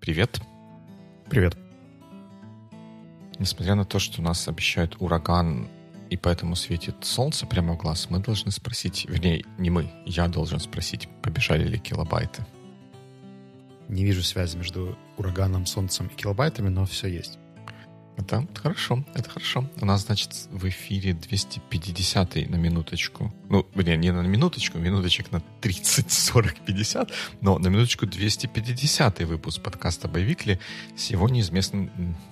Привет. Привет. Несмотря на то, что нас обещают ураган, и поэтому светит солнце прямо в глаз, мы должны спросить, вернее, не мы, я должен спросить, побежали ли килобайты. Не вижу связи между ураганом, солнцем и килобайтами, но все есть. Это хорошо, это хорошо. У нас, значит, в эфире 250-й на минуточку. Ну, не на минуточку, минуточек на 30, 40, 50, но на минуточку 250-й выпуск подкаста «Боевикли» с его неизвестными...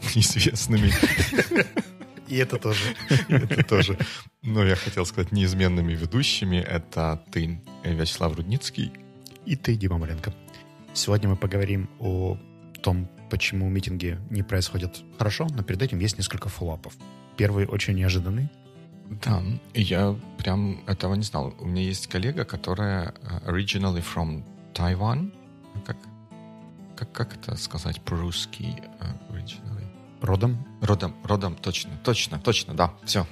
И это тоже. Это тоже. Но я хотел сказать неизменными ведущими. Это ты, Вячеслав Рудницкий. И ты, Дима Маленко. Сегодня мы поговорим о том, почему митинги не происходят хорошо, но перед этим есть несколько фоллоуапов. Первый очень неожиданный. Да, я прям этого не знал. У меня есть коллега, которая originally from Taiwan. Как это сказать по-русски? Originally? Родом, точно, да, все.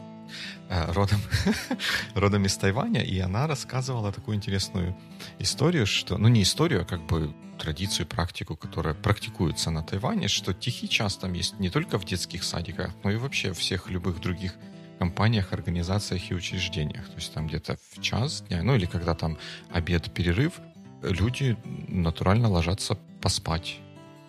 Родом из Тайваня, и она рассказывала такую интересную историю, что, не историю, а как бы традицию, практику, которая практикуется на Тайване, что тихий час там есть не только в детских садиках, но и вообще в всех любых других компаниях, организациях и учреждениях. То есть там где-то в час дня, или когда там обед, перерыв, люди натурально ложатся поспать.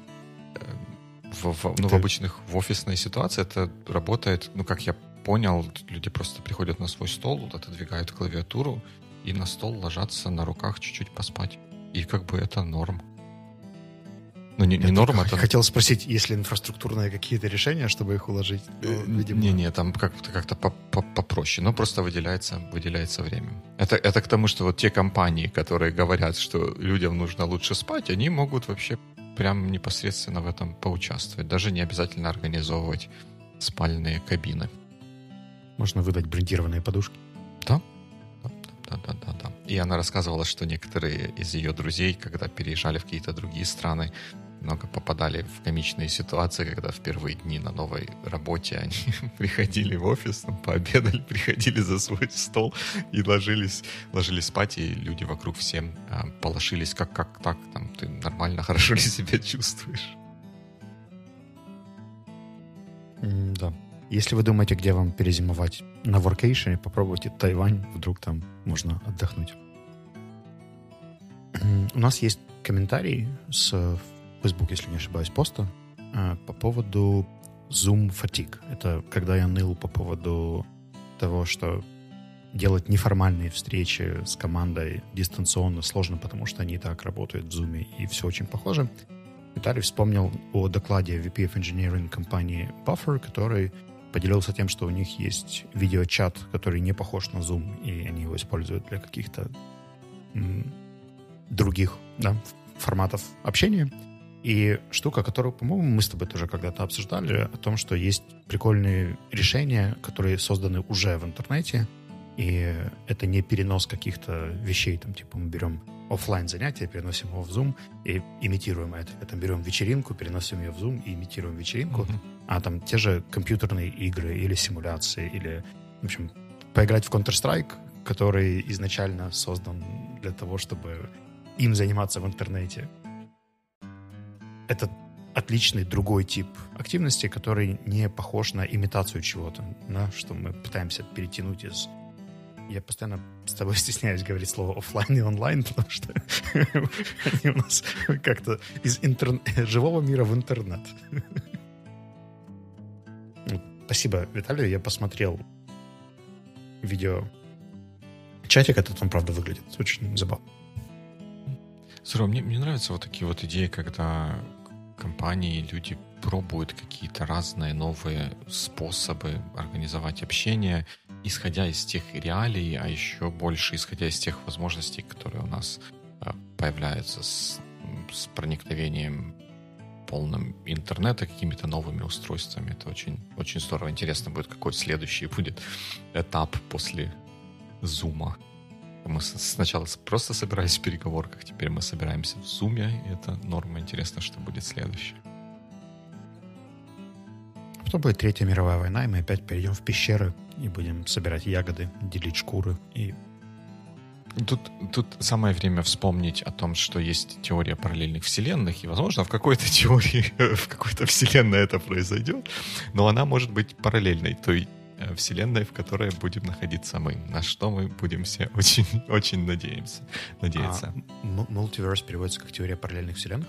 В офисной ситуации это работает, как я понял, люди просто приходят на свой стол, отодвигают клавиатуру и на стол ложатся на руках чуть-чуть поспать. И как бы это норм. Не норм, это... Хотел спросить, есть ли инфраструктурные какие-то решения, чтобы их уложить? Не, там как-то попроще, но просто выделяется время. Это к тому, что вот те компании, которые говорят, что людям нужно лучше спать, они могут вообще прям непосредственно в этом поучаствовать. Даже не обязательно организовывать спальные кабины. Можно выдать брендированные подушки. Да. И она рассказывала, что некоторые из ее друзей, когда переезжали в какие-то другие страны, много попадали в комичные ситуации, когда в первые дни на новой работе они приходили в офис, пообедали, приходили за свой стол и ложились спать, и люди вокруг всем полошились, как так, там, ты нормально, хорошо ли себя чувствуешь? Да. Если вы думаете, где вам перезимовать на воркейшене, попробуйте Тайвань, вдруг там можно отдохнуть. У нас есть комментарий с Facebook, если не ошибаюсь, поста по поводу Zoom fatigue. Это когда я ныл по поводу того, что делать неформальные встречи с командой дистанционно сложно, потому что они и так работают в Zoom, и все очень похоже. Виталий вспомнил о докладе VP of Engineering компании Buffer, который поделился тем, что у них есть видеочат, который не похож на Zoom, и они его используют для каких-то других форматов общения. И штука, которую, по-моему, мы с тобой тоже когда-то обсуждали, о том, что есть прикольные решения, которые созданы уже в интернете, и это не перенос каких-то вещей, там, типа мы берем офлайн занятия, переносим его в Zoom и имитируем это. Это берем вечеринку, переносим ее в Zoom и имитируем вечеринку. А там те же компьютерные игры или симуляции, или, в общем, поиграть в Counter-Strike, который изначально создан для того, чтобы им заниматься в интернете. Это отличный другой тип активности, который не похож на имитацию чего-то, что мы пытаемся перетянуть из... Я постоянно с тобой стесняюсь говорить слово офлайн и онлайн, потому что они у нас как-то из живого мира в интернет. Спасибо, Виталию. Я посмотрел видео. Чатик этот, он правда выглядит очень забавно. Здорово, мне нравятся вот такие вот идеи, когда компании, люди пробуют какие-то разные новые способы организовать общение, исходя из тех реалий, а еще больше исходя из тех возможностей, которые у нас появляются с проникновением полным интернета, какими-то новыми устройствами. Это очень, очень здорово. Интересно будет, какой следующий будет этап после Зума. Мы сначала просто собирались в переговорках, теперь мы собираемся в Зуме, и это норма. Интересно, что будет следующее. Потом будет Третья мировая война, и мы опять перейдем в пещеры и будем собирать ягоды, делить шкуры и Тут самое время вспомнить о том, что есть теория параллельных вселенных, и, возможно, в какой-то теории, в какой-то вселенной это произойдет, но она может быть параллельной той вселенной, в которой будем находиться мы, на что мы будем все очень, очень надеяться. Multiverse переводится как теория параллельных вселенных?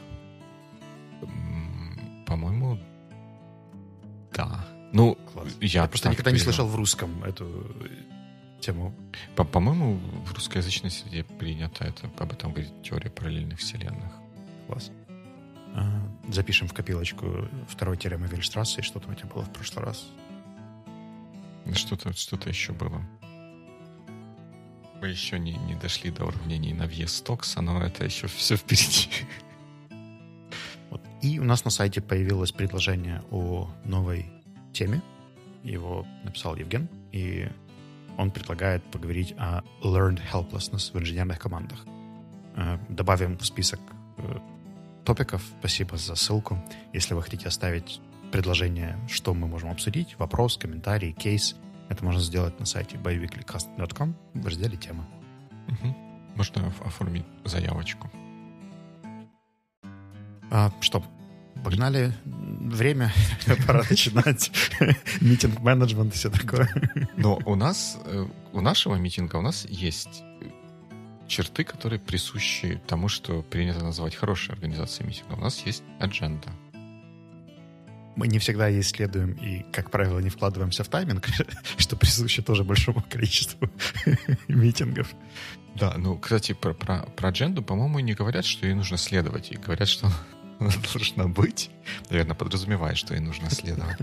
По-моему, да. Ну, я просто никогда не слышал в русском эту тему. По-моему, в русскоязычной среде принято об этом говорить, теория параллельных вселенных. Класс. Запишем в копилочку второй теорему Вильштрасса, и что там у тебя было в прошлый раз? Что-то еще было. Мы еще не дошли до уравнений Навье-Стокса, но это еще все впереди. Вот. И у нас на сайте появилось предложение о новой теме. Его написал Евген, и он предлагает поговорить о learned helplessness в инженерных командах. Добавим в список топиков. Спасибо за ссылку. Если вы хотите оставить предложение, что мы можем обсудить, вопрос, комментарий, кейс, это можно сделать на сайте biweeklycast.com в разделе «Темы». Угу. Можно оформить заявочку. Что, погнали? Время, пора начинать. Митинг-менеджмент и все такое. Но у нашего митинга у нас есть черты, которые присущи тому, что принято называть хорошей организацией митинга. У нас есть адженда. Мы не всегда ей следуем и, как правило, не вкладываемся в тайминг, что присуще тоже большому количеству митингов. Да, ну, кстати, про адженду, по-моему, не говорят, что ей нужно следовать. И говорят, что она должна быть. Наверное, подразумевает, что ей нужно следовать.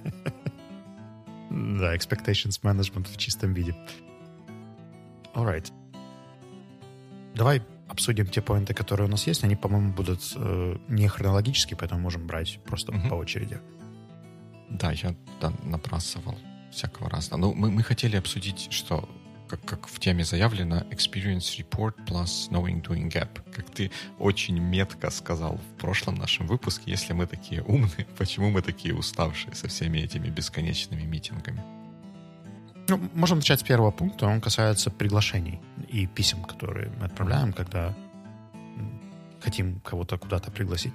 Да, expectations management в чистом виде. Alright. Давай обсудим те поинты, которые у нас есть. Они, по-моему, будут не хронологически, поэтому можем брать просто по очереди. Да, я набрасывал всякого разного. Ну, мы хотели обсудить, что, как в теме заявлено, experience report plus knowing doing gap. Как ты очень метко сказал в прошлом нашем выпуске, если мы такие умные, почему мы такие уставшие со всеми этими бесконечными митингами? Ну, можем начать с первого пункта. Он касается приглашений и писем, которые мы отправляем, когда хотим кого-то куда-то пригласить.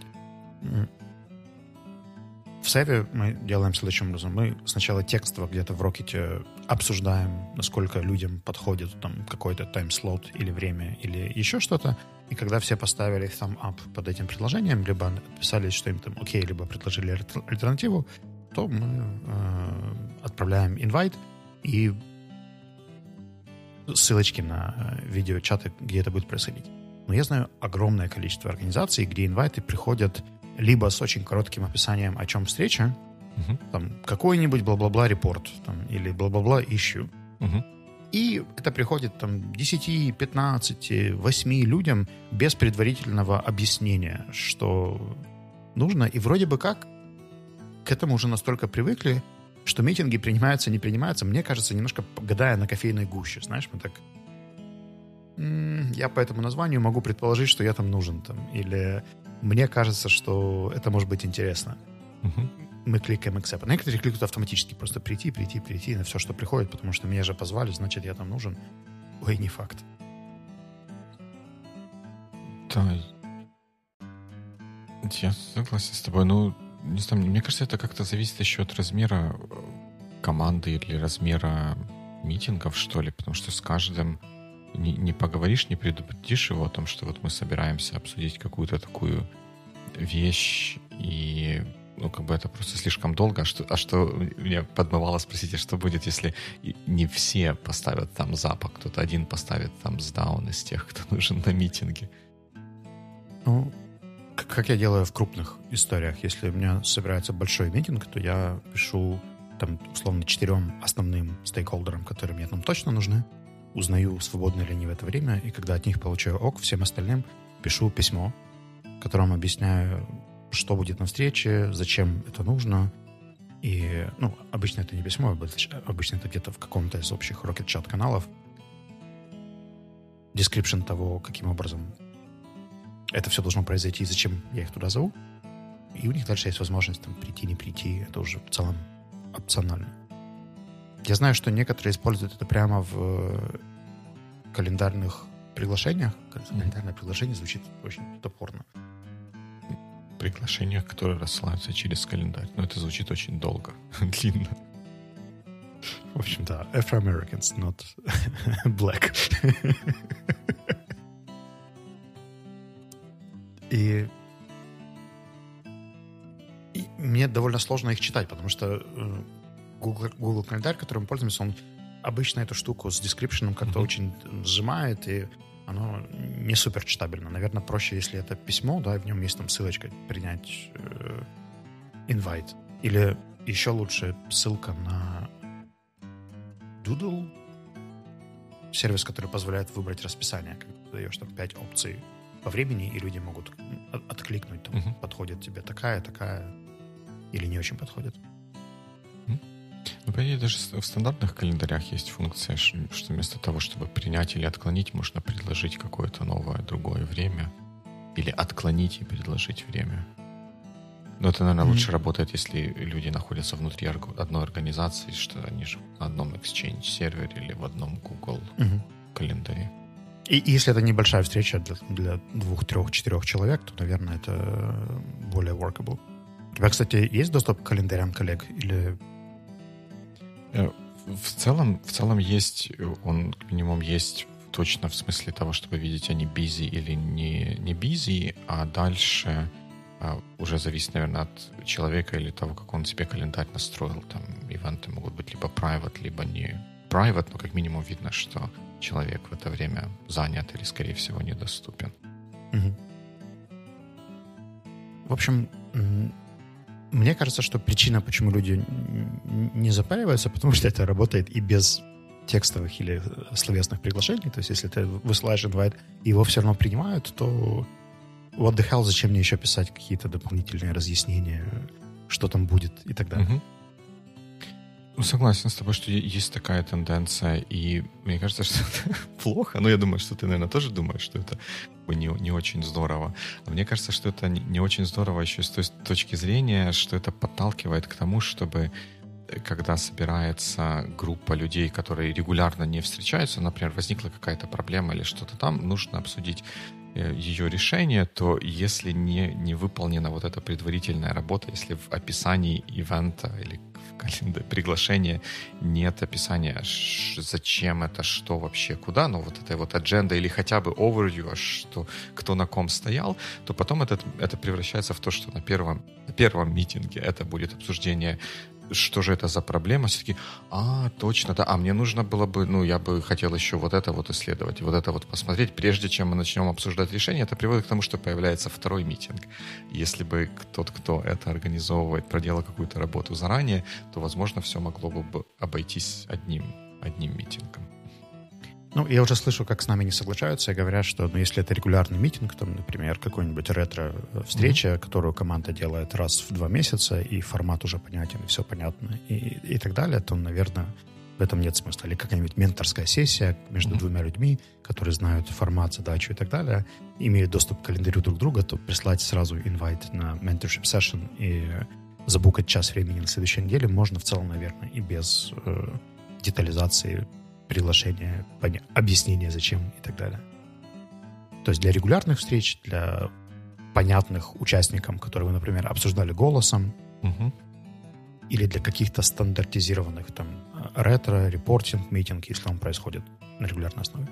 В Севе мы делаем следующим образом. Мы сначала текстово где-то в Рокете обсуждаем, насколько людям подходит там какой-то тайм-слот или время, или еще что-то. И когда все поставили thumb up под этим предложением, либо отписались, что им там окей, либо предложили альтернативу, то мы отправляем инвайт и ссылочки на видеочаты, где это будет происходить. Но я знаю огромное количество организаций, где инвайты приходят либо с очень коротким описанием, о чем встреча, там какой-нибудь бла-бла-бла репорт, там, или бла-бла-бла issue. И это приходит там 10, 15, 8 людям без предварительного объяснения, что нужно. И вроде бы как к этому уже настолько привыкли, что митинги принимаются, не принимаются. Мне кажется, немножко гадая на кофейной гуще. Знаешь, мы так... я по этому названию могу предположить, что я там нужен. Там, или мне кажется, что это может быть интересно. Мы кликаем accept. Некоторые кликают автоматически. Просто прийти на все, что приходит, потому что меня же позвали, значит, я там нужен. Ой, не факт. Да. Я согласен с тобой. Ну, не знаю, мне кажется, это как-то зависит еще от размера команды или размера митингов, что ли, потому что с каждым не поговоришь, не предупредишь его о том, что вот мы собираемся обсудить какую-то такую вещь, и ну, как бы это просто слишком долго. А что меня подмывало спросить, а что будет, если не все поставят thumbs up, а кто-то один поставит thumbs down из тех, кто нужен на митинге? Ну, как я делаю в крупных историях. Если у меня собирается большой митинг, то я пишу там, условно, 4 основным стейкхолдерам, которые мне там точно нужны, узнаю, свободны ли они в это время, и когда от них получаю ок, всем остальным пишу письмо, в котором объясняю, что будет на встрече, зачем это нужно. И, ну, обычно это не письмо, обычно это где-то в каком-то из общих Rocket Chat каналов. Description того, каким образом это все должно произойти, зачем я их туда зову. И у них дальше есть возможность там прийти, не прийти. Это уже в целом опционально. Я знаю, что некоторые используют это прямо в календарных приглашениях. Календарное приглашение звучит очень топорно. Приглашения, которые рассылаются через календарь. Но это звучит очень долго, длинно. В общем, да. Afro-Americans, not black. И мне довольно сложно их читать, потому что Google календарь, которым пользуемся, он обычно эту штуку с description как-то очень сжимает, и оно не супер читабельно. Наверное, проще, если это письмо, да, и в нем есть там ссылочка принять invite. Или еще лучше ссылка на Doodle, сервис, который позволяет выбрать расписание. Когда ты даешь там 5 опций по времени, и люди могут откликнуть, там, подходит тебе такая, или не очень подходит. Ну, по идее, даже в стандартных календарях есть функция, что вместо того, чтобы принять или отклонить, можно предложить какое-то новое, другое время. Или отклонить и предложить время. Но это, наверное, лучше работает, если люди находятся внутри одной организации, что они живут на одном Exchange-сервере или в одном Google календаре. И если это небольшая встреча для 2, 3, 4 человек, то, наверное, это более workable. У тебя, кстати, есть доступ к календарям коллег? Или... В целом есть, он как минимум есть точно в смысле того, чтобы видеть, они busy или не busy, а дальше уже зависит, наверное, от человека или того, как он себе календарь настроил. Там ивенты могут быть либо private, либо не private, но как минимум видно, что человек в это время занят или, скорее всего, недоступен. В общем, мне кажется, что причина, почему люди не запариваются, потому что это работает и без текстовых или словесных приглашений. То есть, если ты высылаешь инвайт, и его все равно принимают, то what the hell, зачем мне еще писать какие-то дополнительные разъяснения, что там будет и так далее. Ну, согласен с тобой, что есть такая тенденция, и мне кажется, что это плохо. Но я думаю, что ты, наверное, тоже думаешь, что это не очень здорово. А мне кажется, что это не очень здорово еще с той точки зрения, что это подталкивает к тому, чтобы когда собирается группа людей, которые регулярно не встречаются, например, возникла какая-то проблема или что-то там, нужно обсудить ее решение, то если не выполнена вот эта предварительная работа, если в описании ивента или в приглашения нет описания, зачем это, что вообще, куда, но вот этой вот адженда или хотя бы overview, что кто на ком стоял, то потом это превращается в то, что на первом митинге это будет обсуждение, что же это за проблема, все-таки, точно, да, мне нужно было бы, я бы хотел еще вот это вот исследовать, вот это вот посмотреть, прежде чем мы начнем обсуждать решение, это приводит к тому, что появляется второй митинг. Если бы тот, кто это организовывает, проделал какую-то работу заранее, то, возможно, все могло бы обойтись одним митингом. Я уже слышу, как с нами не соглашаются и говорят, что если это регулярный митинг, там, например, какой-нибудь ретро-встреча, которую команда делает раз в 2 месяца, и формат уже понятен, и все понятно, и так далее, то, наверное, в этом нет смысла. Или какая-нибудь менторская сессия между 2 людьми, которые знают формат, задачу и так далее, имеют доступ к календарю друг друга, то прислать сразу инвайт на mentorship session и забукать час времени на следующей неделе можно в целом, наверное, и без детализации приглашение, объяснение, зачем и так далее. То есть для регулярных встреч, для понятных участникам, которые вы, например, обсуждали голосом, или для каких-то стандартизированных там ретро, репортинг, митинг, если он происходит на регулярной основе.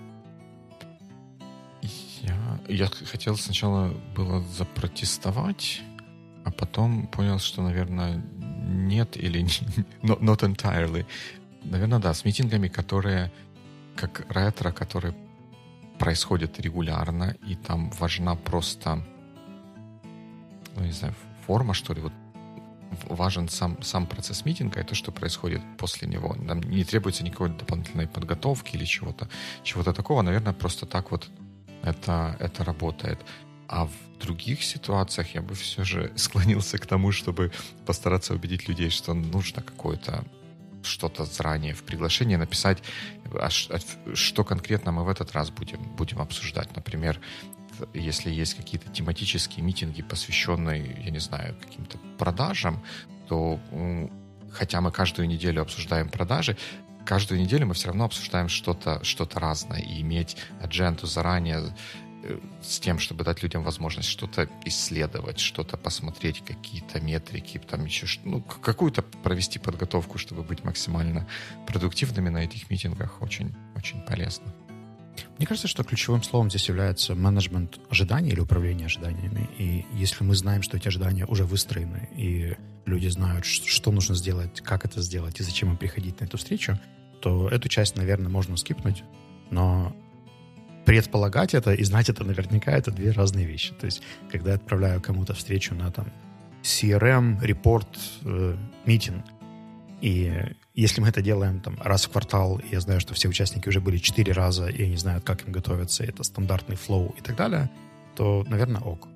Я хотел сначала было запротестовать, а потом понял, что, наверное, нет или not entirely. Наверное, да, с митингами, которые как ретро, которые происходят регулярно, и там важна просто, не знаю, форма, что ли, вот важен сам процесс митинга и то, что происходит после него. Нам не требуется никакой дополнительной подготовки или чего-то такого. Наверное, просто так вот это работает. А в других ситуациях я бы все же склонился к тому, чтобы постараться убедить людей, что нужно что-то заранее в приглашении написать, что конкретно мы в этот раз будем обсуждать. Например, если есть какие-то тематические митинги, посвященные, я не знаю, каким-то продажам, то хотя мы каждую неделю обсуждаем продажи, каждую неделю мы все равно обсуждаем что-то разное, и иметь адженду заранее с тем, чтобы дать людям возможность что-то исследовать, что-то посмотреть, какие-то метрики, там еще какую-то провести подготовку, чтобы быть максимально продуктивными на этих митингах, очень, очень полезно. Мне кажется, что ключевым словом здесь является менеджмент ожиданий или управление ожиданиями. И если мы знаем, что эти ожидания уже выстроены, и люди знают, что нужно сделать, как это сделать и зачем им приходить на эту встречу, то эту часть, наверное, можно скипнуть. Но предполагать это и знать это наверняка — это две разные вещи. То есть, когда я отправляю кому-то встречу на там CRM, репорт, митинг, и если мы это делаем там раз в квартал, и я знаю, что все участники уже были 4 раза, и они знают, как им готовиться, и это стандартный флоу и так далее, то, наверное, ок.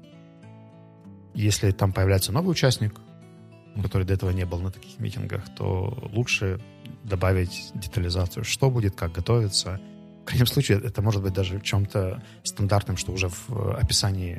Если там появляется новый участник, который до этого не был на таких митингах, то лучше добавить детализацию, что будет, как готовиться. В крайнем случае, это может быть даже в чем-то стандартном, что уже в описании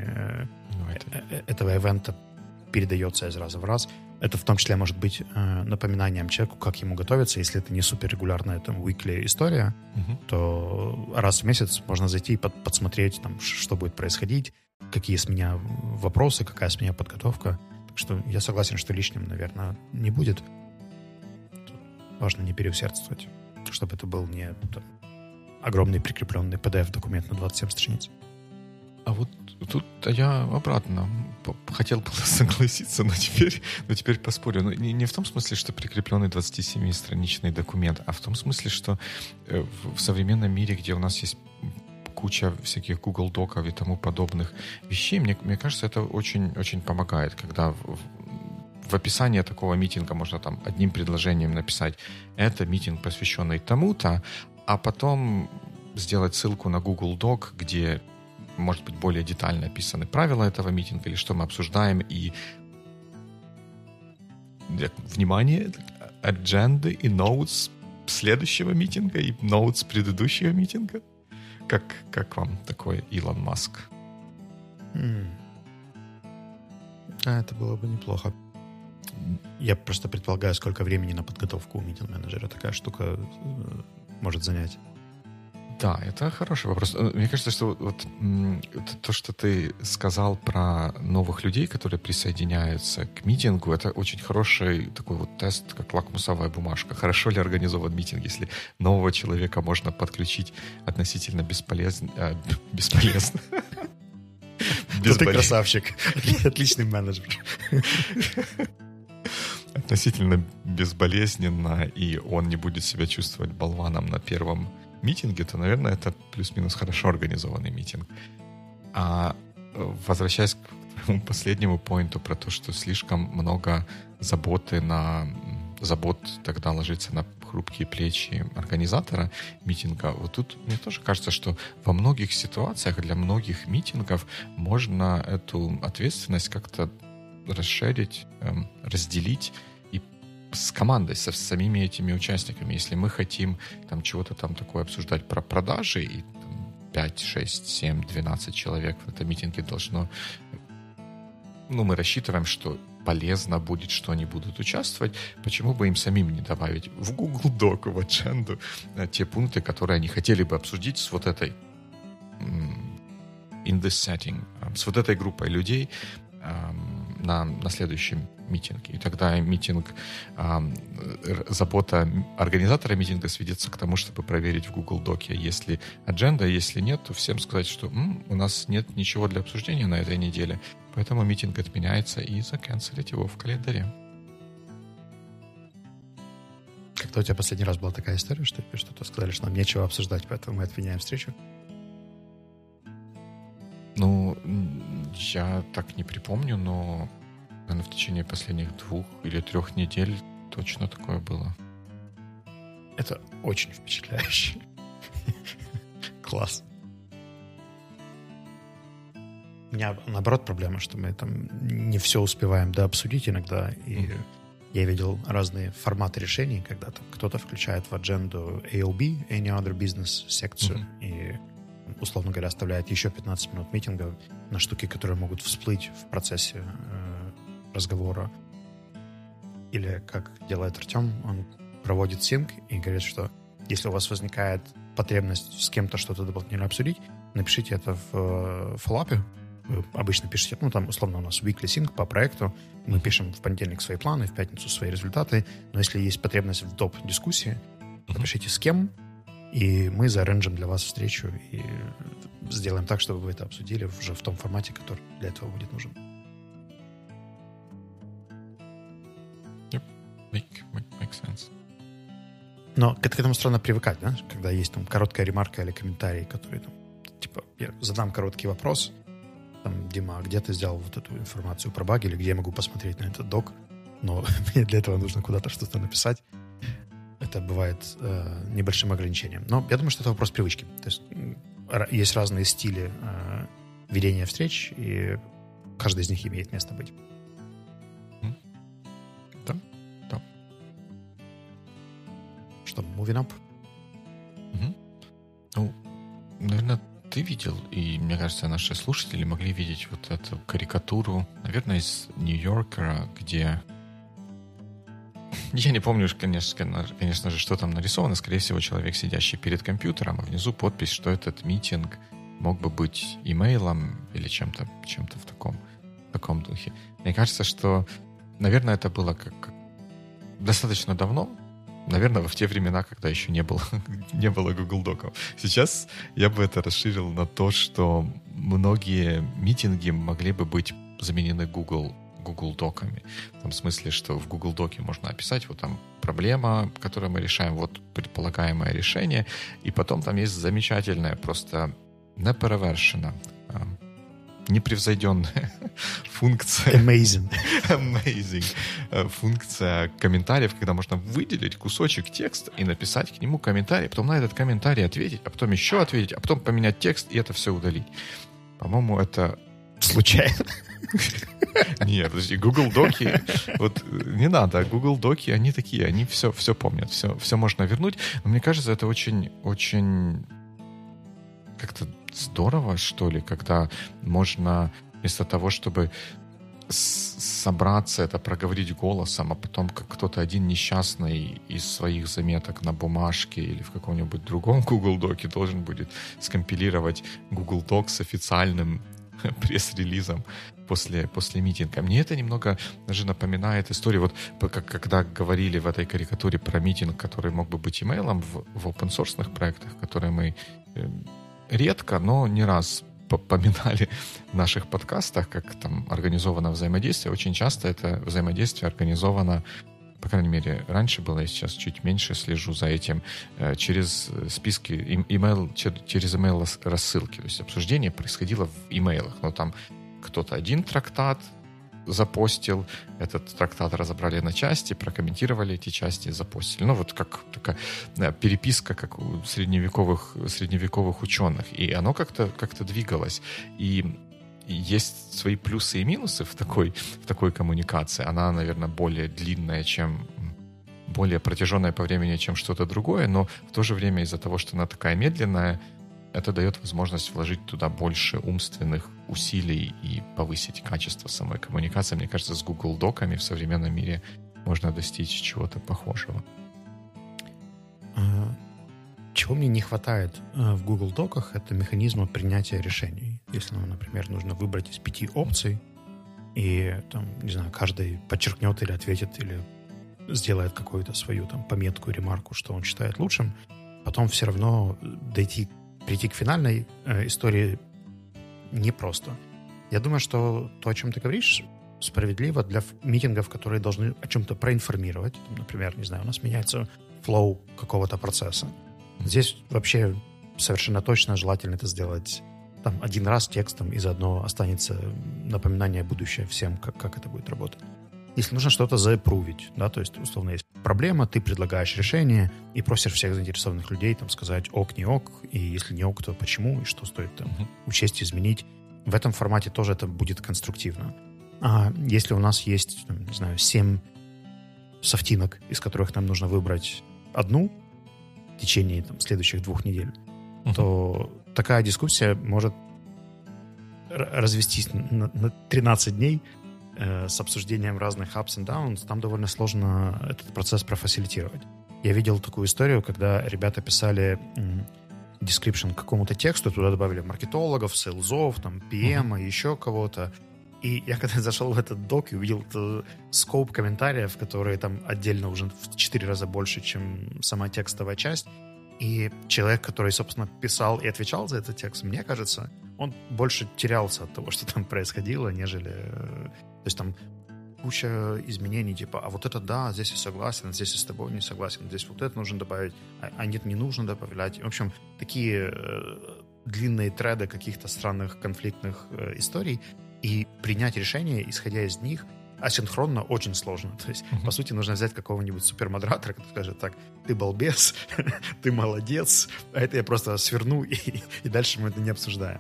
этого ивента передается из раза в раз. Это в том числе может быть напоминанием человеку, как ему готовиться. Если это не суперрегулярная там weekly история, то раз в месяц можно зайти и подсмотреть, там, что будет происходить, какие с меня вопросы, какая с меня подготовка. Так что я согласен, что лишним, наверное, не будет. Тут важно не переусердствовать, чтобы это был не там огромный прикрепленный PDF-документ на 27 страниц. А вот тут я обратно хотел было согласиться, но теперь поспорю. Но не в том смысле, что прикрепленный 27-страничный документ, а в том смысле, что в современном мире, где у нас есть куча всяких Google Доков и тому подобных вещей, мне кажется, это очень-очень помогает, когда в описании такого митинга можно там одним предложением написать: это митинг, посвященный тому-то, а потом сделать ссылку на Google Doc, где, может быть, более детально описаны правила этого митинга или что мы обсуждаем, и внимание, адженды и ноутс следующего митинга и ноутс предыдущего митинга. Как вам такой Илон Маск? Это было бы неплохо. Я просто предполагаю, сколько времени на подготовку у митинг-менеджера такая штука может занять. Да, это хороший вопрос. Мне кажется, что вот то, что ты сказал про новых людей, которые присоединяются к митингу, это очень хороший такой вот тест, как лакмусовая бумажка. Хорошо ли организован митинг, если нового человека можно подключить относительно бесполезно. Ты красавчик. Отличный менеджер. Относительно безболезненно, и он не будет себя чувствовать болваном на первом митинге, то, наверное, это плюс-минус хорошо организованный митинг. А возвращаясь к твоему последнему поинту про то, что слишком много забот тогда ложится на хрупкие плечи организатора митинга, вот тут мне тоже кажется, что во многих ситуациях для многих митингов можно эту ответственность как-то расширить, разделить и с командой, со самими этими участниками. Если мы хотим там чего-то там такое обсуждать про продажи, и там, 5, 6, 7, 12 человек в этом митинге должно... мы рассчитываем, что полезно будет, что они будут участвовать, почему бы им самим не добавить в Google Doc, в адженду те пункты, которые они хотели бы обсудить с вот этой in this setting, с вот этой группой людей на следующем митинге. И тогда забота организатора митинга сведется к тому, чтобы проверить в Google Доке, есть ли адженда, если нет, то всем сказать, что у нас нет ничего для обсуждения на этой неделе, поэтому митинг отменяется, и заканцелить его в календаре. Когда у тебя последний раз была такая история, что тебе что-то сказали, что нам нечего обсуждать, поэтому мы отменяем встречу? Я так не припомню, но, наверное, в течение последних 2 или 3 недель точно такое было. Это очень впечатляюще. Класс. У меня, наоборот, проблема, что мы там не все успеваем дообсудить иногда, и я видел разные форматы решений, когда там кто-то включает в адженду AOB, Any Other Business, секцию, и, условно говоря, оставляет еще 15 минут митинга на штуки, которые могут всплыть в процессе разговора. Или, как делает Артем, он проводит синк и говорит, что Если у вас возникает потребность с кем-то что-то дополнительно обсудить, напишите это в фоллапе. Вы обычно пишете, там, условно, у нас weekly sync по проекту. Мы пишем в понедельник свои планы, в пятницу свои результаты. Но если есть потребность в доп. Дискуссии, напишите с кем, и мы заарранжим для вас встречу и сделаем так, чтобы вы это обсудили уже в том формате, который для этого будет нужен. Make sense. Но к этому странно привыкать, да? Когда есть там короткая ремарка или комментарий, который там, типа, я задам короткий вопрос, там, Дима, а где ты взял вот эту информацию про баги, или где я могу посмотреть на этот док? Но мне для этого нужно куда-то что-то написать. Это бывает небольшим ограничением. Но я думаю, что это вопрос привычки. То есть есть разные стили ведения встреч, и каждый из них имеет место быть. Да. Что, moving up? Ну, наверное, ты видел, и, мне кажется, наши слушатели могли видеть вот эту карикатуру, наверное, из Нью-Йоркера, где... Я не помню, конечно же, что там нарисовано. Скорее всего, человек, сидящий перед компьютером, а внизу подпись, что этот митинг мог бы быть имейлом или чем-то в таком духе. Мне кажется, что, наверное, это было как достаточно давно, наверное, в те времена, когда еще не было Google Доков. Сейчас я бы это расширил на то, что многие митинги могли бы быть заменены Google Доками. В том смысле, что в Google Доке можно описать вот там проблема, которую мы решаем, вот предполагаемое решение, и потом там есть замечательная, просто неперевершена, непревзойденная функция. Amazing. Функция комментариев, когда можно выделить кусочек текста и написать к нему комментарий, потом на этот комментарий ответить, а потом еще ответить, а потом поменять текст и это все удалить. По-моему, это... Случайно. Нет, подожди, Google Доки, вот не надо, Google Доки, они такие, они все помнят, все можно вернуть. Но мне кажется, это очень как-то здорово, что ли, когда можно вместо того, чтобы собраться, это проговорить голосом, а потом как кто-то один несчастный из своих заметок на бумажке или в каком-нибудь другом Google Доке должен будет скомпилировать Google Doc с официальным пресс-релизом после митинга. Мне это немного даже напоминает историю, вот когда говорили в этой карикатуре про митинг, который мог бы быть имейлом в open-source проектах, которые мы редко, но не раз поминали в наших подкастах, как там организовано взаимодействие. Очень часто это взаимодействие организовано, по крайней мере, раньше было, я сейчас чуть меньше слежу за этим, через списки, через email-рассылки. То есть обсуждение происходило в имейлах, но там кто-то один трактат запостил, этот трактат разобрали на части, прокомментировали эти части, запостили. Ну, вот как такая переписка, как у средневековых ученых. И оно как-то двигалось. И есть свои плюсы и минусы в такой коммуникации. Она, наверное, более длинная, более протяженная по времени, чем что-то другое, но в то же время из-за того, что она такая медленная, это дает возможность вложить туда больше умственных усилий и повысить качество самой коммуникации. Мне кажется, с Google Доками в современном мире можно достичь чего-то похожего. Чего мне не хватает в Google Доках, это механизма принятия решений. Если нам, например, нужно выбрать из 5 опций, и там, не знаю, каждый подчеркнет или ответит, или сделает какую-то свою там пометку, ремарку, что он считает лучшим, потом все равно прийти к финальной истории непросто. Я думаю, что то, о чем ты говоришь, справедливо для митингов, которые должны о чем-то проинформировать. Например, не знаю, у нас меняется флоу какого-то процесса. Здесь вообще совершенно точно желательно это сделать там один раз текстом, и заодно останется напоминание будущее всем, как это будет работать. Если нужно что-то заапрувить, да, то есть, условно, есть проблема, ты предлагаешь решение и просишь всех заинтересованных людей там сказать ок, не ок, и если не ок, то почему, и что стоит там учесть, изменить. В этом формате тоже это будет конструктивно. А если у нас есть, там, не знаю, 7 софтинок, из которых нам нужно выбрать одну в течение там, следующих 2 недель, то такая дискуссия может развестись на 13 дней, с обсуждением разных ups and downs, там довольно сложно этот процесс профасилитировать. Я видел такую историю, когда ребята писали description к какому-то тексту, туда добавили маркетологов, сейлзов, там, PM, еще кого-то. И я когда зашел в этот док и увидел скоп комментариев, которые там отдельно уже в 4 раза больше, чем сама текстовая часть, и человек, который, собственно, писал и отвечал за этот текст, мне кажется, он больше терялся от того, что там происходило, нежели... То есть там куча изменений, типа, а вот это да, здесь я согласен, здесь я с тобой не согласен, здесь вот это нужно добавить, а нет, не нужно добавлять. В общем, такие длинные треды каких-то странных конфликтных историй, и принять решение, исходя из них, асинхронно очень сложно. То есть, по сути, нужно взять какого-нибудь супермодератора, который скажет: так, ты балбес, ты молодец, а это я просто сверну, и дальше мы это не обсуждаем.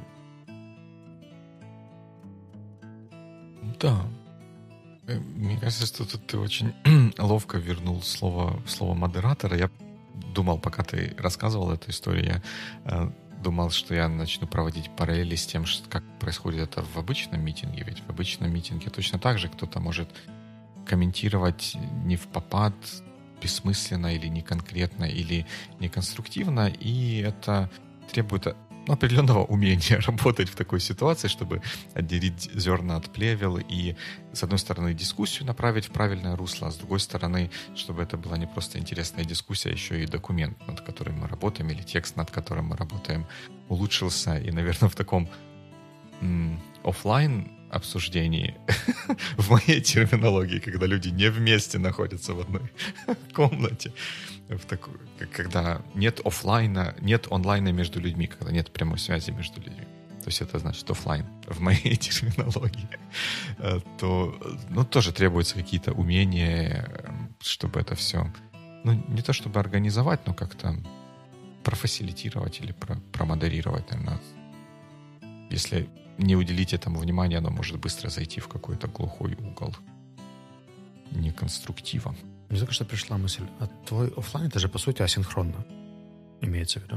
Да. Мне кажется, что тут ты очень ловко вернул слово модератора. Я думал, пока ты рассказывал эту историю, я думал, что я начну проводить параллели с тем, как происходит это в обычном митинге. Ведь в обычном митинге точно так же кто-то может комментировать не впопад, бессмысленно или неконкретно, или неконструктивно, и это требует определенного умения работать в такой ситуации, чтобы отделить зерна от плевел и, с одной стороны, дискуссию направить в правильное русло, а с другой стороны, чтобы это была не просто интересная дискуссия, а еще и документ, над которым мы работаем, или текст, над которым мы работаем, улучшился. И, наверное, в таком офлайн обсуждении в моей терминологии, когда люди не вместе находятся в одной комнате, когда нет офлайна, нет онлайна между людьми, когда нет прямой связи между людьми. То есть это значит офлайн в моей терминологии. То, тоже требуются какие-то умения, чтобы это все, не то чтобы организовать, но как-то профасилитировать или промодерировать, наверное. Если не уделить этому внимания, оно может быстро зайти в какой-то глухой угол неконструктива. Мне только что пришла мысль, а твой офлайн это же по сути асинхронно, имеется в виду?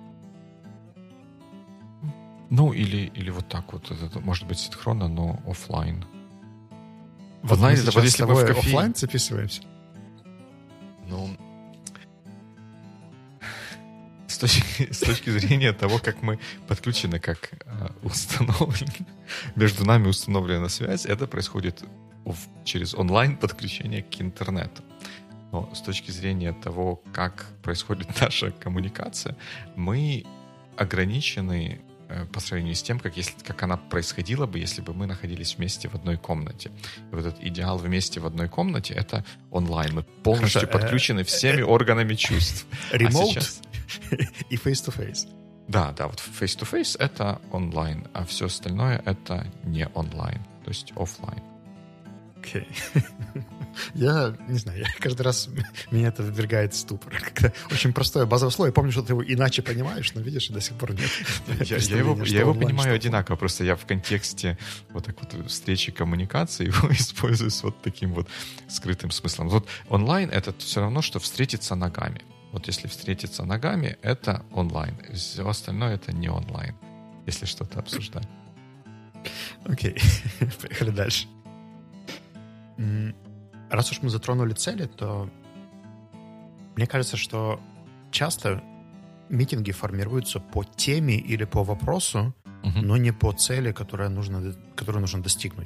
Или вот так вот. Это может быть синхронно, но офлайн. Вот онлайн это вот если мы в офлайн записываемся? С точки зрения того, как мы подключены, как между нами установлена связь, это происходит через онлайн-подключение к интернету. Но с точки зрения того, как происходит наша коммуникация, мы ограничены по сравнению с тем, как она происходила бы, если бы мы находились вместе в одной комнате. И вот этот идеал вместе в одной комнате — это онлайн. Мы полностью подключены всеми органами чувств. Remote и face-to-face. Да, вот face-to-face — это онлайн, а все остальное — это не онлайн, то есть офлайн. Окей. Я не знаю, каждый раз меня это ввергает в ступор. Когда очень простое базовое слово, я помню, что ты его иначе понимаешь, но видишь, и до сих пор нет. Я его понимаю одинаково, просто я в контексте вот так вот встречи коммуникации его использую с вот таким вот скрытым смыслом. Вот онлайн — это все равно, что встретиться ногами. Вот если встретиться ногами, это онлайн. Все остальное — это не онлайн, если что-то обсуждать. Окей, поехали дальше. Раз уж мы затронули цели, то мне кажется, что часто митинги формируются по теме или по вопросу, но не по цели, которую нужно достигнуть.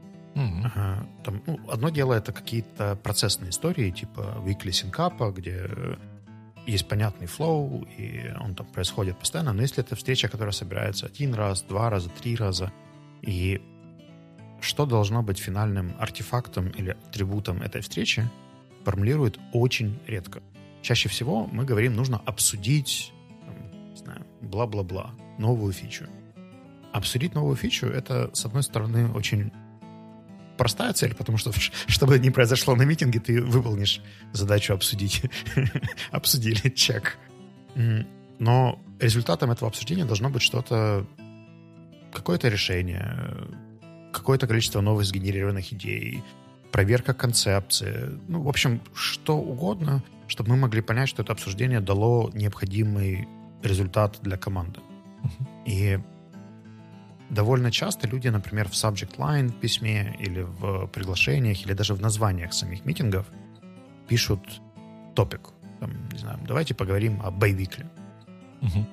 Одно дело — это какие-то процессные истории, типа weekly sync-up, где есть понятный флоу, и он там происходит постоянно. Но если это встреча, которая собирается 1 раз, 2 раза, 3 раза, и что должно быть финальным артефактом или атрибутом этой встречи, формулируют очень редко. Чаще всего мы говорим, нужно обсудить, не знаю, бла-бла-бла, новую фичу. Обсудить новую фичу — это, с одной стороны, очень простая цель, потому что, чтобы не произошло на митинге, ты выполнишь задачу обсудить. Обсудили, чек. Но результатом этого обсуждения должно быть что-то, какое-то решение, какое-то количество новых сгенерированных идей, проверка концепции. В общем, что угодно, чтобы мы могли понять, что это обсуждение дало необходимый результат для команды. И довольно часто люди, например, в subject line в письме или в приглашениях, или даже в названиях самих митингов пишут топик. там, не знаю, давайте поговорим о Biweekly. Угу.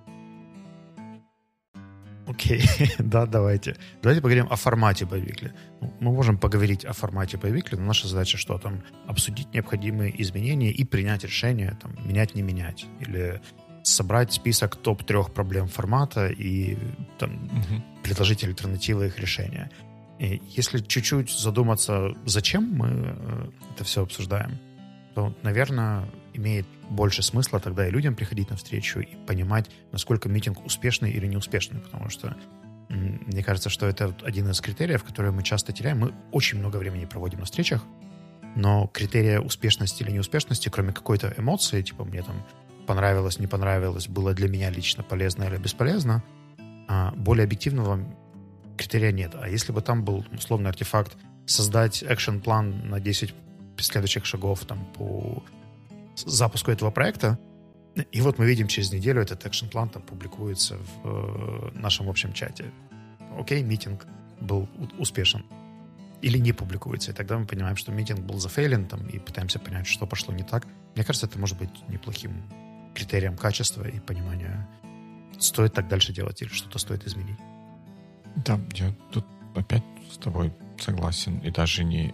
Окей, да, давайте. Давайте поговорим о формате Biweekly. Ну, мы можем поговорить о формате Biweekly, но наша задача что? Там обсудить необходимые изменения и принять решение, там, менять, не менять. Или собрать список топ-3 проблем формата и там, предложить альтернативы их решения. И если чуть-чуть задуматься, зачем мы это все обсуждаем, то, наверное, имеет больше смысла тогда и людям приходить на встречу и понимать, насколько митинг успешный или неуспешный, потому что мне кажется, что это один из критериев, которые мы часто теряем. Мы очень много времени проводим на встречах, но критерия успешности или неуспешности, кроме какой-то эмоции, типа мне там понравилось, не понравилось, было для меня лично полезно или бесполезно, более объективного критерия нет. А если бы там был условный артефакт создать экшн-план на 10 следующих шагов там, по запуску этого проекта, и вот мы видим через неделю этот экшн-план там публикуется в нашем общем чате. Окей, митинг был успешен. Или не публикуется. И тогда мы понимаем, что митинг был зафейлен там, и пытаемся понять, что пошло не так. Мне кажется, это может быть неплохим критерием качества и понимания, стоит так дальше делать или что-то стоит изменить. Да, я тут опять с тобой согласен. И даже не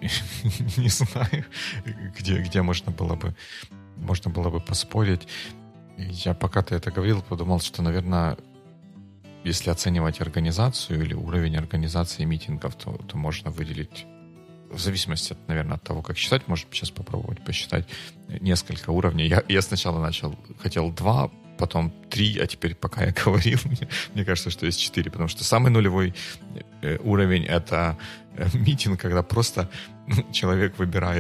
знаю, где можно было бы поспорить. Я пока ты это говорил, подумал, что, наверное, если оценивать организацию или уровень организации митингов, то можно выделить, в зависимости, наверное, от того, как считать, можно сейчас попробовать посчитать несколько уровней. Я сначала хотел 2, потом 3, а теперь, пока я говорил, мне кажется, что есть 4, потому что самый нулевой уровень — это митинг, когда просто человек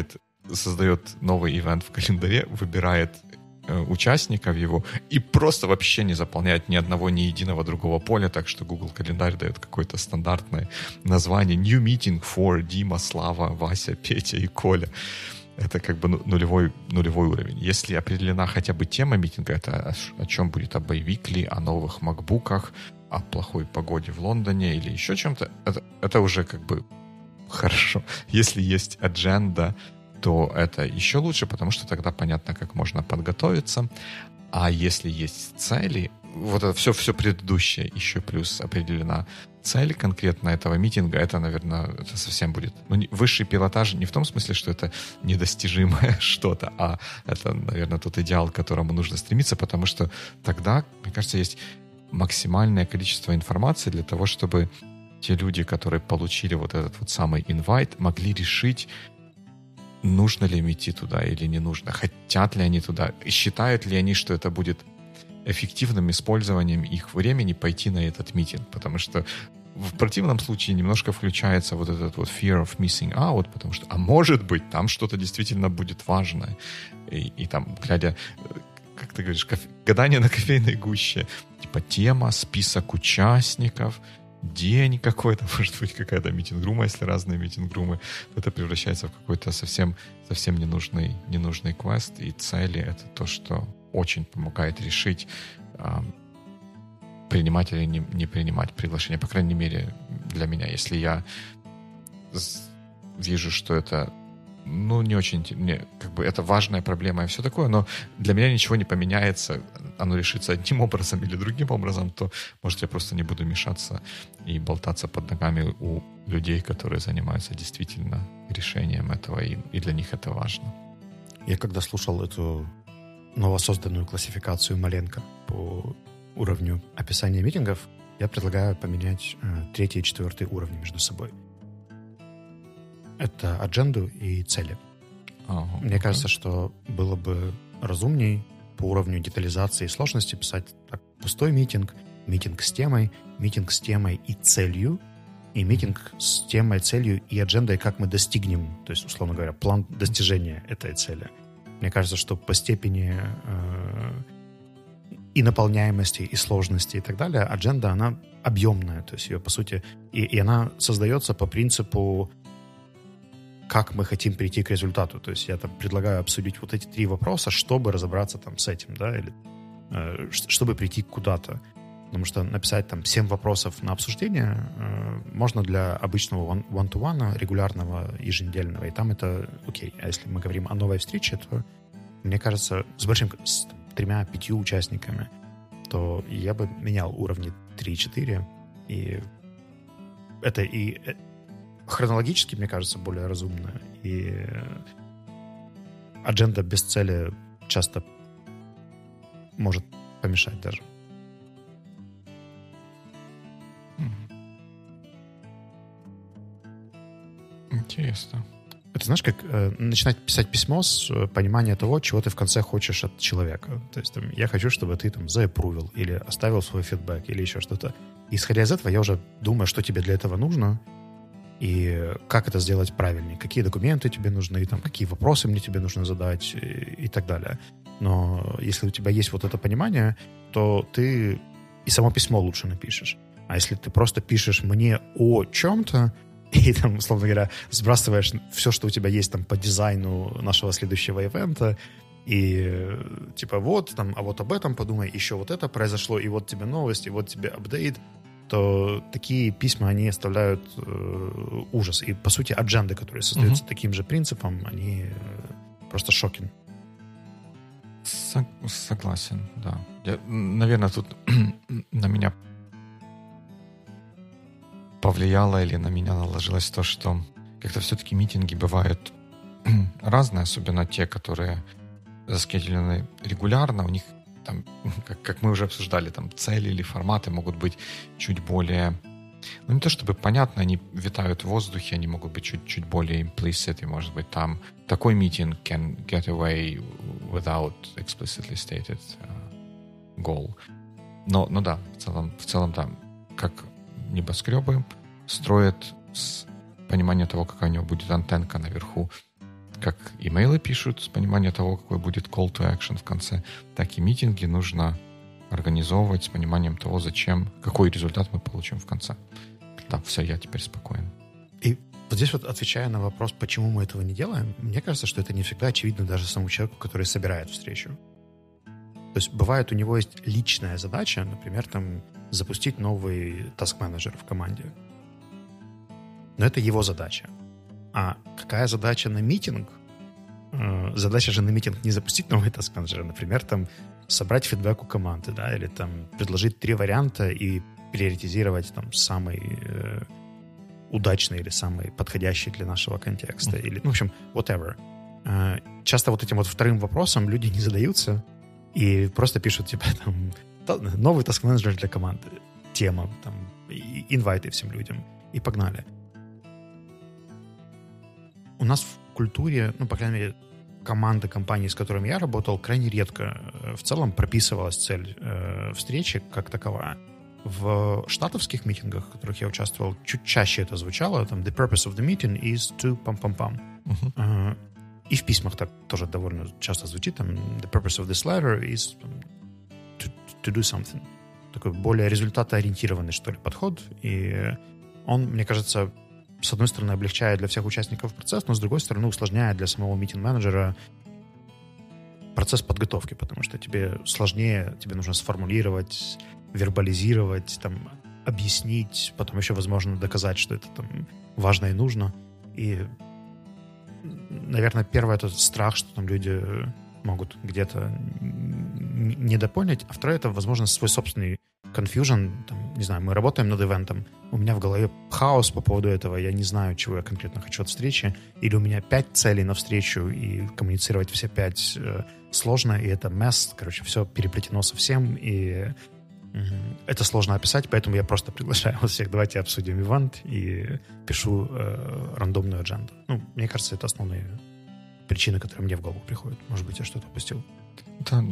создает новый ивент в календаре, выбирает участников его и просто вообще не заполняет ни одного, ни единого другого поля, так что Google календарь дает какое-то стандартное название New Meeting for Дима, Слава, Вася, Петя и Коля. Это как бы нулевой уровень. Если определена хотя бы тема митинга, это о чем будет, о Biweekly, о новых макбуках, о плохой погоде в Лондоне или еще чем-то, это уже как бы хорошо. Если есть адженда, то это еще лучше, потому что тогда понятно, как можно подготовиться. А если есть цели, вот это все предыдущее, еще плюс определена цель конкретно этого митинга, это, наверное, это совсем будет... высший пилотаж не в том смысле, что это недостижимое что-то, а это, наверное, тот идеал, к которому нужно стремиться, потому что тогда, мне кажется, есть максимальное количество информации для того, чтобы те люди, которые получили вот этот вот самый инвайт, могли решить, нужно ли им идти туда или не нужно, хотят ли они туда, считают ли они, что это будет эффективным использованием их времени пойти на этот митинг, потому что в противном случае немножко включается вот этот вот fear of missing out, потому что, а может быть, там что-то действительно будет важное. И там, глядя, как ты говоришь, гадание на кофейной гуще, типа тема, список участников, день какой-то, может быть, какая-то митинг-рума, если разные митинг-румы, это превращается в какой-то совсем ненужный квест, и цели — это то, что очень помогает решить, принимать или не принимать приглашение. По крайней мере, для меня. Если я вижу, что это не очень... как бы это важная проблема и все такое, но для меня ничего не поменяется, оно решится одним образом или другим образом, то, может, я просто не буду мешаться и болтаться под ногами у людей, которые занимаются действительно решением этого, и для них это важно. Я когда слушал эту новосозданную классификацию Маленко по уровню описания митингов, я предлагаю поменять 3 и 4 уровни между собой. Это адженду и цели. Мне кажется, что было бы разумней по уровню детализации и сложности писать так: пустой митинг с темой и целью, и митинг с темой, целью и аджендой, как мы достигнем, то есть, условно говоря, план достижения этой цели. Мне кажется, что по степени и наполняемости, и сложности, и так далее, адженда, она объемная, то есть ее, по сути, и она создается по принципу, как мы хотим прийти к результату. То есть я там предлагаю обсудить вот эти 3 вопроса, чтобы разобраться там с этим, да, или чтобы прийти куда-то. Потому что написать там 7 вопросов на обсуждение можно для обычного one-to-one, регулярного, еженедельного, и там это окей. А если мы говорим о новой встрече, то мне кажется, с 3-5 участниками, то я бы менял уровни 3-4, и это и хронологически, мне кажется, более разумно, и адженда без цели часто может помешать даже. Интересно. Это знаешь, как начинать писать письмо с понимания того, чего ты в конце хочешь от человека. То есть там, я хочу, чтобы ты там заапрувил или оставил свой фидбэк или еще что-то. Исходя из этого, я уже думаю, что тебе для этого нужно и как это сделать правильнее, какие документы тебе нужны, там, какие вопросы мне тебе нужно задать и так далее. Но если у тебя есть вот это понимание, то ты и само письмо лучше напишешь. А если ты просто пишешь мне о чем-то, и там, условно говоря, сбрасываешь все, что у тебя есть там по дизайну нашего следующего ивента, и типа вот, там, а вот об этом подумай, еще вот это произошло, и вот тебе новость, и вот тебе апдейт, то такие письма, они оставляют ужас. И, по сути, адженды, которые создаются таким же принципом, они просто шокинг. Согласен, да. Наверное, тут на меня повлияло или на меня наложилось то, что как-то все-таки митинги бывают разные, особенно те, которые заскеджулены регулярно. У них там, как мы уже обсуждали, там цели или форматы могут быть чуть более... Ну, не то чтобы понятно, они витают в воздухе, они могут быть чуть более implicit, и, может быть, там такой митинг can get away without explicitly stated goal. Но да, в целом, да, как небоскребы строят с понимания того, какая у него будет антенка наверху, как имейлы пишут с понимания того, какой будет call to action в конце, так и митинги нужно организовывать с пониманием того, зачем, какой результат мы получим в конце. Да, все, я теперь спокоен. И вот здесь вот, отвечая на вопрос, почему мы этого не делаем, мне кажется, что это не всегда очевидно даже самому человеку, который собирает встречу. То есть бывает, у него есть личная задача, например, там, запустить новый task-менеджер в команде. Но это его задача. А какая задача на митинг? Задача же на митинг не запустить новый task-менеджер, а, например, там, собрать фидбэк у команды, да, или там предложить 3 варианта и приоритизировать там самый удачный или самый подходящий для нашего контекста. Или, ну, в общем, whatever. Часто вот этим вот вторым вопросом люди не задаются и просто пишут, типа, там, новый task-менеджер для команды, тема, там, инвайты всем людям, и погнали. У нас в культуре, ну, по крайней мере, команды компаний, с которыми я работал, крайне редко в целом прописывалась цель встречи как таковая. В штатовских митингах, в которых я участвовал, чуть чаще это звучало. Там the purpose of the meeting is to пам-пам-пам. И в письмах так тоже довольно часто звучит. Там the purpose of this letter is to do something. Такой более результатоориентированный, что ли, подход. И он, мне кажется, с одной стороны, облегчает для всех участников процесс, но с другой стороны, усложняет для самого митинг-менеджера процесс подготовки, потому что тебе сложнее, тебе нужно сформулировать, вербализировать, там, объяснить, потом еще, возможно, доказать, что это там важно и нужно. И, наверное, первое — это страх, что там люди могут где-то недопонять, а второе — это, возможно, свой собственный confusion, там, не знаю, мы работаем над ивентом, у меня в голове хаос по поводу этого, я не знаю, чего я конкретно хочу от встречи, или у меня 5 целей на встречу, и коммуницировать все 5 сложно, и это месс, короче, все переплетено совсем, и это сложно описать, поэтому я просто приглашаю вас всех, давайте обсудим ивент, и пишу рандомную адженду. Ну, мне кажется, это основные причины, которые мне в голову приходят. Может быть, я что-то упустил. Да,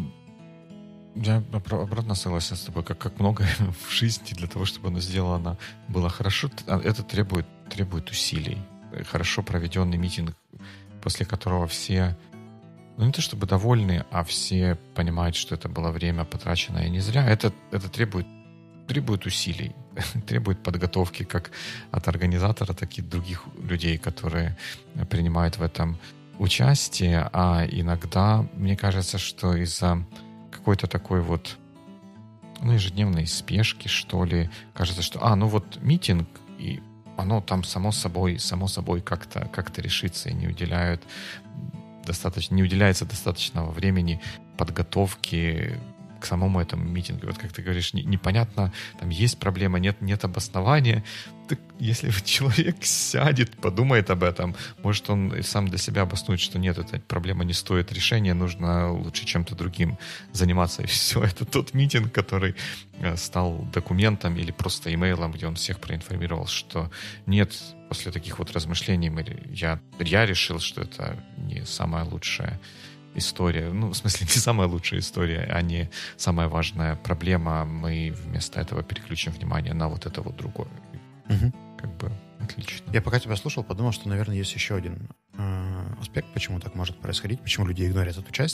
я обратно согласен с тобой, как много в жизни для того, чтобы оно сделано было хорошо, это требует усилий. Хорошо проведенный митинг, после которого все, ну не то чтобы довольны, а все понимают, что это было время потраченное не зря, это требует усилий, требует подготовки как от организатора, так и других людей, которые принимают в этом участие, а иногда, мне кажется, что из-за какой-то такой вот, ну, ежедневной спешки, что ли, кажется, что, ну вот митинг, и оно там само собой как-то решится, и не уделяют не уделяется достаточного времени подготовки к самому этому митингу. Вот как ты говоришь, непонятно, там есть проблема, нет обоснования. Так если человек сядет, подумает об этом, может, он и сам для себя обоснует, что нет, эта проблема не стоит решения, нужно лучше чем-то другим заниматься. И все, это тот митинг, который стал документом или просто имейлом, где он всех проинформировал, что нет, после таких вот размышлений я решил, что это не самая лучшая история, в смысле, не самая лучшая история, а не самая важная проблема. Мы вместо этого переключим внимание на вот это вот другое. Угу. Как бы отлично. Я пока тебя слушал, подумал, что, наверное, есть еще один аспект, почему так может происходить, почему люди игнорят эту часть.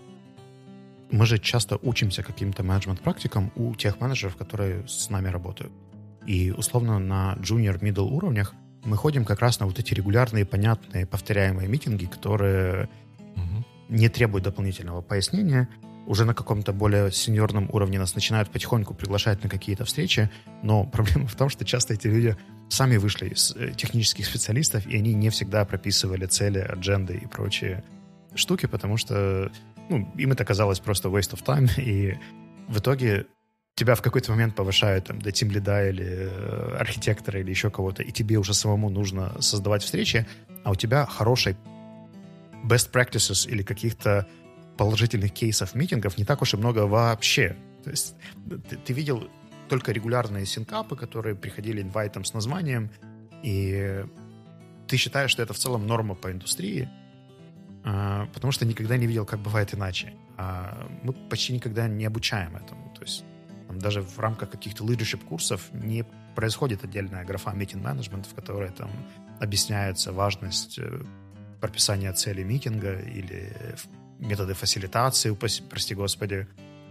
Мы же часто учимся каким-то менеджмент-практикам у тех менеджеров, которые с нами работают. И, условно, на junior-middle уровнях мы ходим как раз на вот эти регулярные, понятные, повторяемые митинги, которые не требует дополнительного пояснения. Уже на каком-то более сеньорном уровне нас начинают потихоньку приглашать на какие-то встречи, но проблема в том, что часто эти люди сами вышли из технических специалистов, и они не всегда прописывали цели, адженды и прочие штуки, потому что им это казалось просто waste of time, и в итоге тебя в какой-то момент повышают до тимлида или архитектора или еще кого-то, и тебе уже самому нужно создавать встречи, а у тебя хороший best practices или каких-то положительных кейсов митингов не так уж и много вообще. То есть ты видел только регулярные синкапы, которые приходили инвайтом с названием, и ты считаешь, что это в целом норма по индустрии, потому что никогда не видел, как бывает иначе. Мы почти никогда не обучаем этому. То есть даже в рамках каких-то leadership курсов не происходит отдельная графа meeting management, в которой там объясняется важность прописания цели митинга или методы фасилитации, прости господи,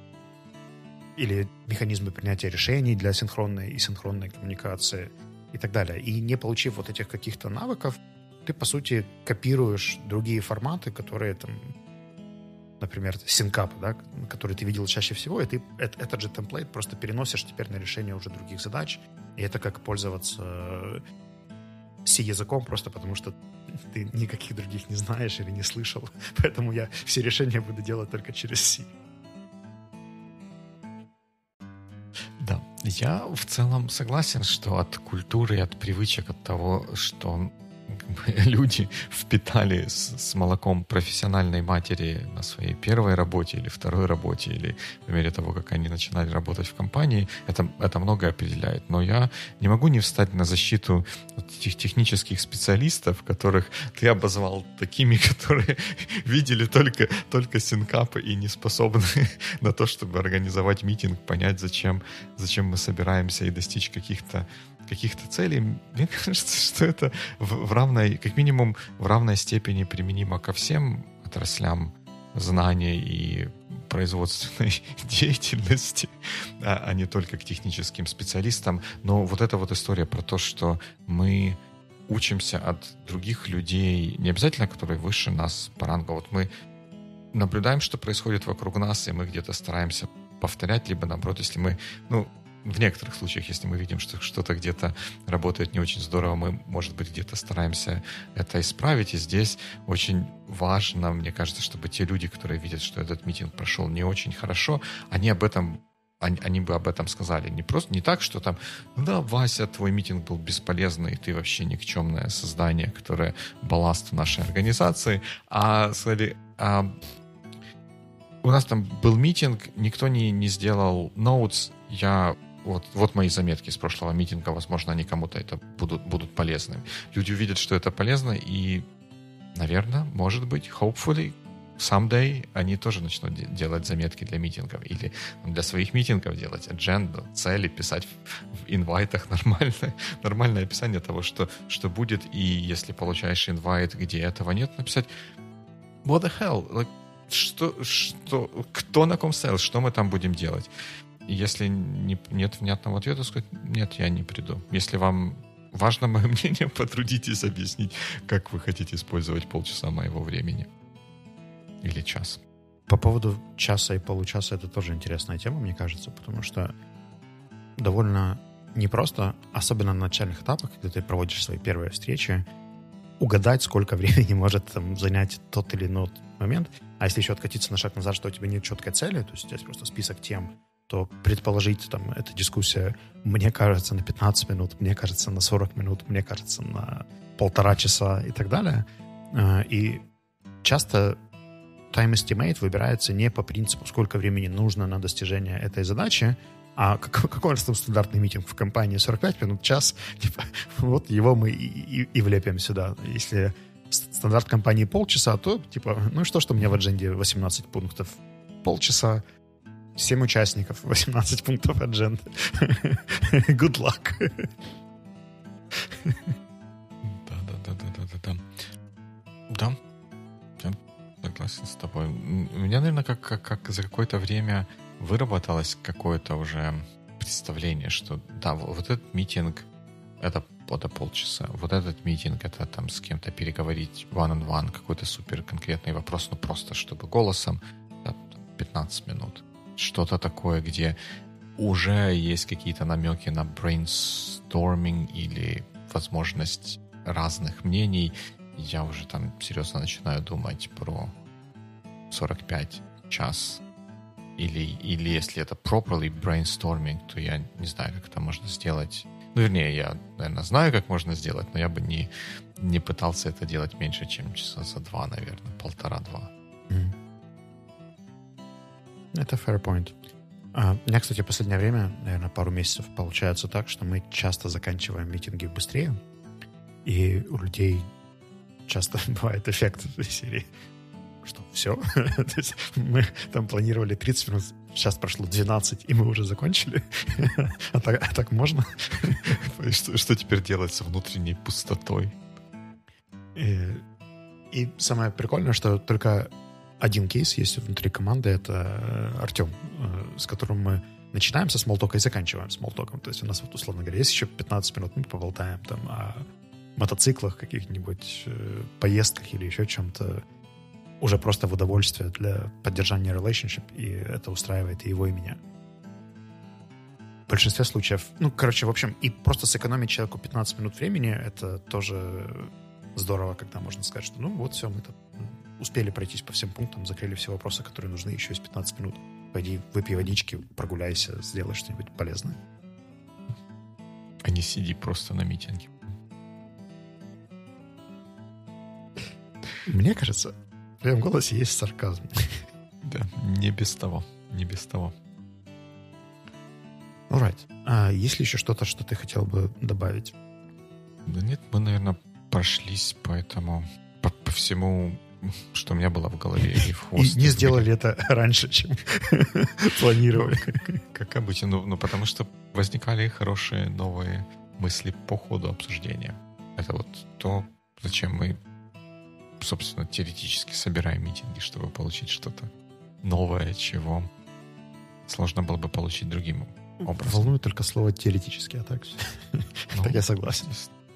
или механизмы принятия решений для синхронной и синхронной коммуникации и так далее. И не получив вот этих каких-то навыков, ты, по сути, копируешь другие форматы, которые там, например, синкап, да, который ты видел чаще всего, и ты этот же темплейт просто переносишь теперь на решение уже других задач. И это как пользоваться C-языком, просто потому что ты никаких других не знаешь или не слышал. Поэтому я все решения буду делать только через C. Да, я в целом согласен, что от культуры, от привычек, от того, что люди впитали с молоком профессиональной матери на своей первой работе или второй работе, или по мере того, как они начинали работать в компании, это многое определяет. Но я не могу не встать на защиту этих технических специалистов, которых ты обозвал такими, которые видели только синкапы и не способны на то, чтобы организовать митинг, понять, зачем мы собираемся и достичь каких-то целей. Мне кажется, что это как минимум в равной степени применимо ко всем отраслям знаний и производственной деятельности, а не только к техническим специалистам. Но вот эта вот история про то, что мы учимся от других людей, не обязательно, которые выше нас по рангу. Вот мы наблюдаем, что происходит вокруг нас, и мы где-то стараемся повторять, либо наоборот, если мы, в некоторых случаях, если мы видим, что что-то где-то работает не очень здорово, мы, может быть, где-то стараемся это исправить. И здесь очень важно, мне кажется, чтобы те люди, которые видят, что этот митинг прошел не очень хорошо, они бы об этом сказали. Не так, что там, да, Вася, твой митинг был бесполезный, и ты вообще никчемное создание, которое балласт в нашей организации, а сказали, у нас там был митинг, никто не сделал notes, вот мои заметки с прошлого митинга, возможно, они кому-то это будут полезны. Люди увидят, что это полезно, и, наверное, может быть, hopefully, someday они тоже начнут делать заметки для митингов или для своих митингов делать адженду, цели, писать в инвайтах нормальное описание того, что будет, и если получаешь инвайт, где этого нет, написать what the hell, кто на ком sales, что мы там будем делать. И если нет внятного ответа, сказать, нет, я не приду. Если вам важно мое мнение, потрудитесь объяснить, как вы хотите использовать полчаса моего времени. Или час. По поводу часа и получаса это тоже интересная тема, мне кажется, потому что довольно непросто, особенно на начальных этапах, когда ты проводишь свои первые встречи, угадать, сколько времени может там занять тот или иной момент. А если еще откатиться на шаг назад, что у тебя нет четкой цели, то есть у тебя есть просто список тем, то предположить, там, эта дискуссия, мне кажется, на 15 минут, мне кажется, на 40 минут, мне кажется, на 1,5 часа и так далее. И часто time estimate выбирается не по принципу, сколько времени нужно на достижение этой задачи, а какой у нас там стандартный митинг в компании? 45 минут, час. Типа, вот его мы и влепим сюда. Если стандарт компании полчаса, то типа, ну что у меня в адженде 18 пунктов? Полчаса, 7 участников, 18 пунктов адженды. Good luck. Да. Я согласен с тобой. У меня, наверное, как за какое-то время выработалось какое-то уже представление, что да, вот этот митинг это полчаса, вот этот митинг это там с кем-то переговорить one-on-one, какой-то супер конкретный вопрос, ну просто чтобы голосом, да, 15 минут. Что-то такое, где уже есть какие-то намеки на brainstorming или возможность разных мнений. Я уже там серьезно начинаю думать про 45 час. Или если это properly brainstorming, то я не знаю, как это можно сделать. Ну, вернее, я, наверное, знаю, как можно сделать, но я бы не пытался это делать меньше, чем часа за 2, наверное, 1,5-2. Это fair point. У меня, кстати, в последнее время, наверное, пару месяцев получается так, что мы часто заканчиваем митинги быстрее, и у людей часто бывает эффект в серии. Что, все? То есть мы там планировали 30 минут, сейчас прошло 12, и мы уже закончили. А так можно? Что теперь делать со внутренней пустотой? И самое прикольное, что только один кейс есть внутри команды, это Артем, с которым мы начинаем со смолтока и заканчиваем смолтоком. То есть у нас, вот, условно говоря, есть еще 15 минут, мы поболтаем там о мотоциклах, каких-нибудь поездках или еще чем-то, уже просто в удовольствие для поддержания relationship, и это устраивает и его, и меня. В большинстве случаев, в общем, и просто сэкономить человеку 15 минут времени, это тоже здорово, когда можно сказать, что вот все, мы успели пройтись по всем пунктам, закрыли все вопросы, которые нужны, еще есть 15 минут. Пойди, выпей водички, прогуляйся, сделай что-нибудь полезное. А не сиди просто на митинге. Мне кажется, в твоем голосе есть сарказм. Да, не без того. Alright. А есть ли еще что-то, что ты хотел бы добавить? Да нет, мы, наверное, прошлись по всему, что у меня было в голове и в хвост. И не сделали это раньше, чем планировали. Как обычно. Потому что возникали хорошие новые мысли по ходу обсуждения. Это вот то, зачем мы, собственно, теоретически собираем митинги, чтобы получить что-то новое, чего сложно было бы получить другим образом. Волнует только слово «теоретически», а так так я согласен.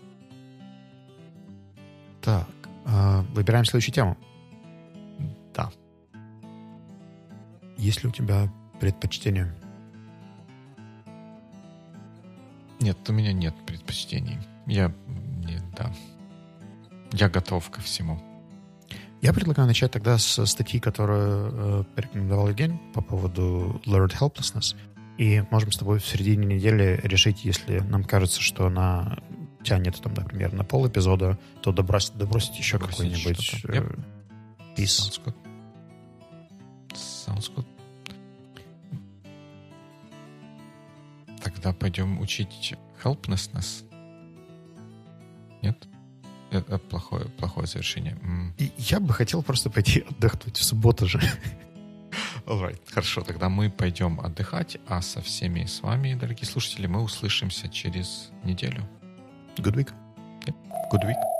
Так, выбираем следующую тему. Да. Есть ли у тебя предпочтения? Нет, у меня нет предпочтений. Я готов ко всему. Я предлагаю начать тогда с статьи, которую порекомендовал Евгений по поводу Learned Helplessness. И можем с тобой в середине недели решить, если нам кажется, что она тянет, там, например, на пол эпизода, то добросить еще какой-нибудь пис. Sounds good. Тогда пойдем учить helplessness. Нет? Это плохое завершение. И я бы хотел просто пойти отдохнуть в субботу же. Alright, хорошо, тогда мы пойдем отдыхать, а со всеми с вами, дорогие слушатели, мы услышимся через неделю. Good week. Yep. Good week.